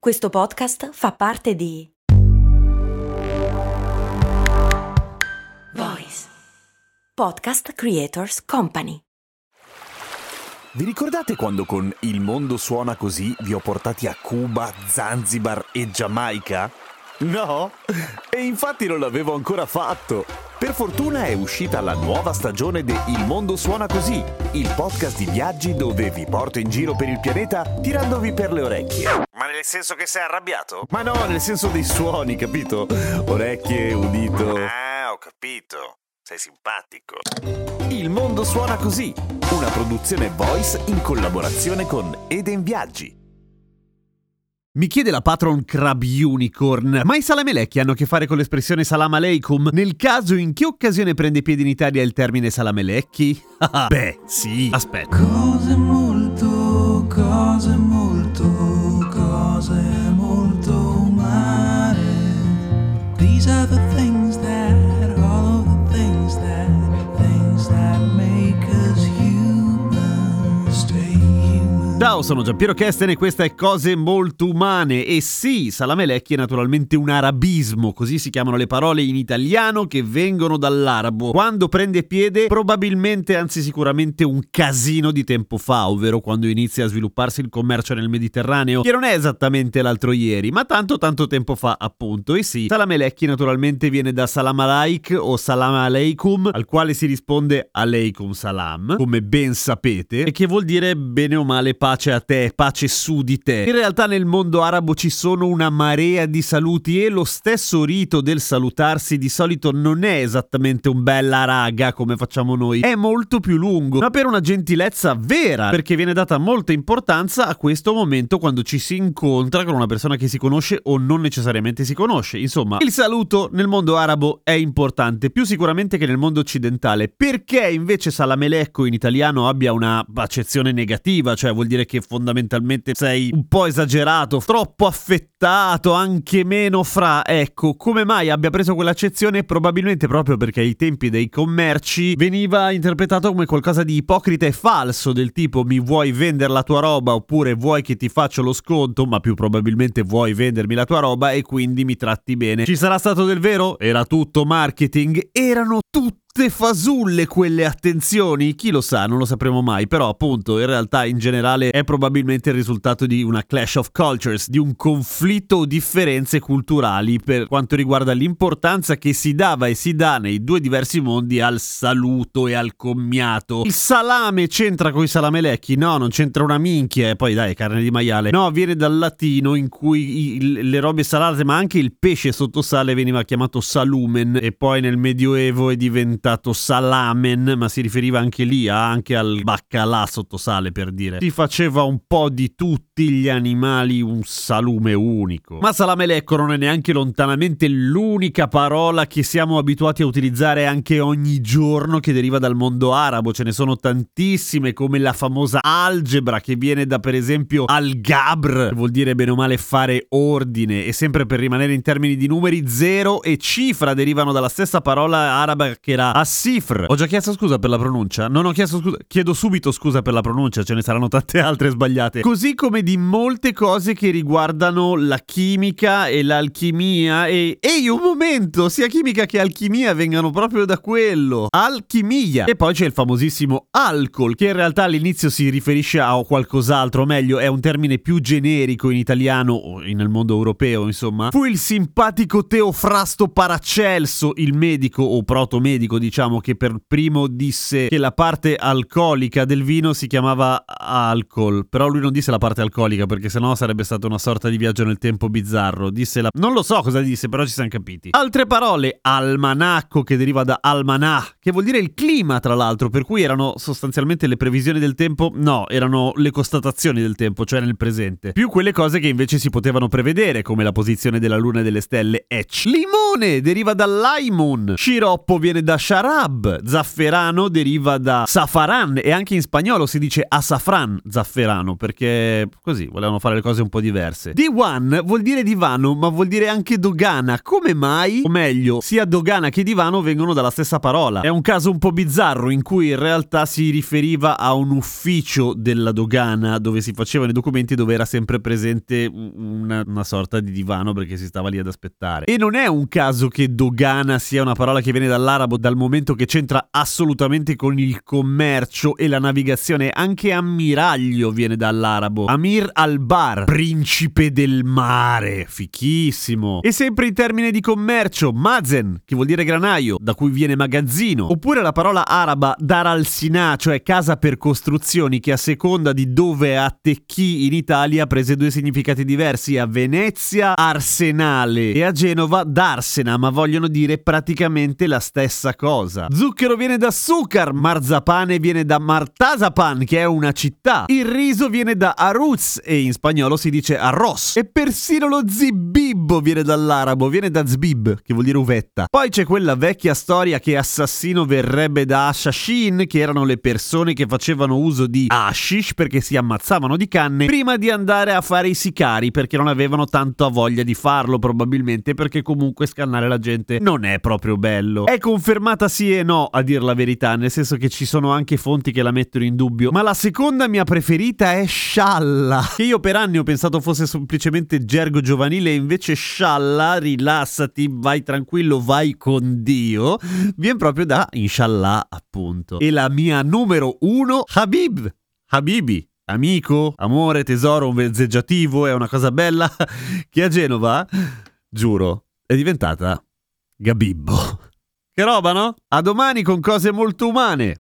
Questo podcast fa parte di Voice Podcast Creators Company. Vi ricordate quando con Il mondo suona così vi ho portati a Cuba, Zanzibar e Giamaica? No? E infatti non l'avevo ancora fatto. Per fortuna è uscita la nuova stagione di Il mondo suona così, il podcast di viaggi dove vi porto in giro per il pianeta tirandovi per le orecchie. Ma nel senso che sei arrabbiato? Ma no, nel senso dei suoni, capito? Orecchie, udito. Ah, ho capito. Sei simpatico. Il mondo suona così, una produzione Voice in collaborazione con Eden Viaggi. Mi chiede la patron Crab Unicorn, ma i salamelecchi hanno a che fare con l'espressione salam aleikum? Nel caso, in che occasione prende piede in Italia il termine salamelecchi? Beh, sì, aspetta. Cose molto umane. These are the things that, all of the things that make us human, stay human. Ciao, sono Giampiero Kesten e questa è Cose Molto Umane. E sì, salamelecchi è naturalmente un arabismo, così si chiamano le parole in italiano che vengono dall'arabo. Quando prende piede, probabilmente, anzi sicuramente un casino di tempo fa, ovvero quando inizia a svilupparsi il commercio nel Mediterraneo, che non è esattamente l'altro ieri, ma tanto tempo fa, appunto. E sì, salamelecchi naturalmente viene da salam alaik o salam aleikum, al quale si risponde aleikum salam, come ben sapete, e che vuol dire bene o male pace a te, pace su di te. In realtà nel mondo arabo ci sono una marea di saluti e lo stesso rito del salutarsi di solito non è esattamente un bella raga come facciamo noi, è molto più lungo, ma per una gentilezza vera, perché viene data molta importanza a questo momento quando ci si incontra con una persona che si conosce o non necessariamente si conosce. Insomma, il saluto nel mondo arabo è importante, più sicuramente che nel mondo occidentale. Perché invece salamelecco in italiano abbia una accezione negativa, cioè vuol dire che fondamentalmente sei un po' esagerato, troppo affettato, anche meno fra. Ecco, come mai abbia preso quell'accezione? Probabilmente proprio perché ai tempi dei commerci veniva interpretato come qualcosa di ipocrita e falso, del tipo mi vuoi vendere la tua roba oppure vuoi che ti faccio lo sconto, ma più probabilmente vuoi vendermi la tua roba e quindi mi tratti bene. Ci sarà stato del vero? Era tutto marketing? Erano tutte fasulle quelle attenzioni? Chi lo sa, non lo sapremo mai, però appunto in realtà in generale è probabilmente il risultato di una clash of cultures, di un conflitto o differenze culturali per quanto riguarda l'importanza che si dava e si dà nei due diversi mondi al saluto e al commiato. Il salame c'entra coi salamelecchi? No, non c'entra una minchia, e poi dai, carne di maiale. No, viene dal latino in cui le robe salate, ma anche il pesce sotto sale veniva chiamato salumen, e poi nel Medioevo è diventato salamen, ma si riferiva anche lì anche al baccalà sotto sale, per dire. Si faceva un po' di tutti gli animali un salume unico. Ma salamelecco non è neanche lontanamente l'unica parola che siamo abituati a utilizzare anche ogni giorno che deriva dal mondo arabo. Ce ne sono tantissime, come la famosa algebra, che viene da per esempio al-gabr, che vuol dire bene o male fare ordine, e sempre per rimanere in termini di numeri, 0 e cifra derivano dalla stessa parola araba che era as-sifr. Ho già chiesto scusa per la pronuncia? Non ho chiesto scusa, chiedo subito scusa per la pronuncia, ce ne saranno tante altre sbagliate. Così come di molte cose che riguardano la chimica e l'alchimia e... Ehi, un momento! Sia chimica che alchimia vengano proprio da quello. Alchimia! E poi c'è il famosissimo alcol, che in realtà all'inizio si riferisce a qualcos'altro, o meglio, è un termine più generico in italiano, o nel mondo europeo, insomma. Fu il simpatico Teofrasto Paracelso, il medico o protomedico, diciamo, che per primo disse che la parte alcolica del vino si chiamava alcol, però lui non disse la parte alcolica perché sennò sarebbe stata una sorta di viaggio nel tempo bizzarro. Disse la... non lo so cosa disse, però ci siamo capiti. Altre parole: almanacco, che deriva da almanah, che vuol dire il clima, tra l'altro, per cui erano sostanzialmente le previsioni del tempo, no, erano le constatazioni del tempo, cioè nel presente, più quelle cose che invece si potevano prevedere, come la posizione della luna e delle stelle. Limone deriva dall'aimun. Sciroppo viene da sharab. Zafferano deriva da safaran e anche in spagnolo si dice asafran zafferano, perché così volevano fare le cose un po' diverse. Diwan vuol dire divano, ma vuol dire anche dogana. Come mai? O meglio, sia dogana che divano vengono dalla stessa parola. È un caso un po' bizzarro in cui in realtà si riferiva a un ufficio della dogana dove si facevano i documenti, dove era sempre presente una sorta di divano perché si stava lì ad aspettare. E non è un caso che dogana sia una parola che viene dall'arabo, dal momento che c'entra assolutamente con il commercio e la navigazione. Anche ammiraglio viene dall'arabo. Amir al-Bar, principe del mare, fichissimo. E sempre in termine di commercio, mazen, che vuol dire granaio, da cui viene magazzino. Oppure la parola araba dar al-Sina, cioè casa per costruzioni, che a seconda di dove attecchì in Italia prese due significati diversi. A Venezia arsenale e a Genova darsena, ma vogliono dire praticamente la stessa cosa. Zucchero viene da sucar, marzapane viene da Martazapan, che è una città. Il riso viene da aruz e in spagnolo si dice arroz. E persino lo zibibbo viene dall'arabo, viene da zbib, che vuol dire uvetta. Poi c'è quella vecchia storia che assassino verrebbe da ashashin, che erano le persone che facevano uso di hashish perché si ammazzavano di canne prima di andare a fare i sicari, perché non avevano tanto voglia di farlo, probabilmente perché comunque scannare la gente non è proprio bello. È confermata sì e no, a dir la verità, nel senso che ci sono anche fonti che la mettono in dubbio, ma la seconda mia preferita è scialla, che io per anni ho pensato fosse semplicemente gergo giovanile, e invece scialla, rilassati, vai tranquillo, vai con Dio, viene proprio da inshallah, appunto. E la mia numero 1, Habibi, amico, amore, tesoro, un vezzeggiativo, è una cosa bella, che a Genova, giuro, è diventata Gabibbo. Che roba, no? A domani con cose molto umane.